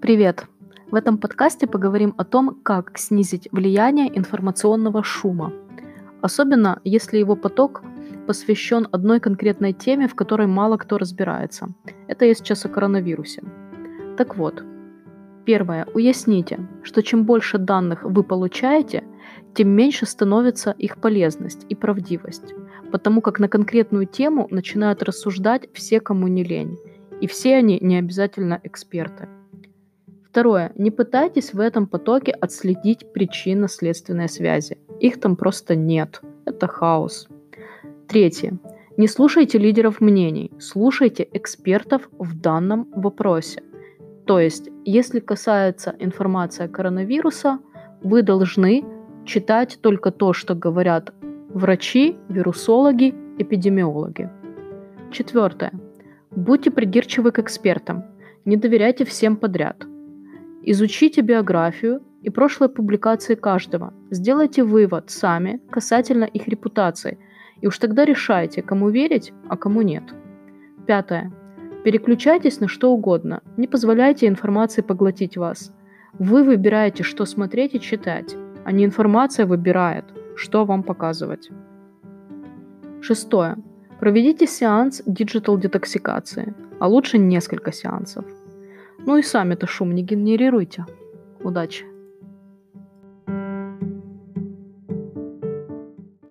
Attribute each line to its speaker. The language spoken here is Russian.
Speaker 1: Привет! В этом подкасте поговорим о том, как снизить влияние информационного шума, особенно если его поток посвящен одной конкретной теме, в которой мало кто разбирается. Это я сейчас о коронавирусе. Так вот, первое. Уясните, что чем больше данных вы получаете, тем меньше становится их полезность и правдивость, потому как на конкретную тему начинают рассуждать все, кому не лень, и все они не обязательно эксперты. Второе. Не пытайтесь в этом потоке отследить причинно-следственные связи. Их там просто нет. Это хаос. Третье. Не слушайте лидеров мнений, слушайте экспертов в данном вопросе. То есть, если касается информации о коронавирусе, вы должны читать только то, что говорят врачи, вирусологи, эпидемиологи. Четвертое. Будьте придирчивы к экспертам. Не доверяйте всем подряд. Изучите биографию и прошлые публикации каждого. Сделайте вывод сами касательно их репутации. И уж тогда решайте, кому верить, а кому нет. Пятое. Переключайтесь на что угодно. Не позволяйте информации поглотить вас. Вы выбираете, что смотреть и читать, а не информация выбирает, что вам показывать. Шестое. Проведите сеанс диджитал-детоксикации, а лучше несколько сеансов. Ну и сами-то шум не генерируйте. Удачи!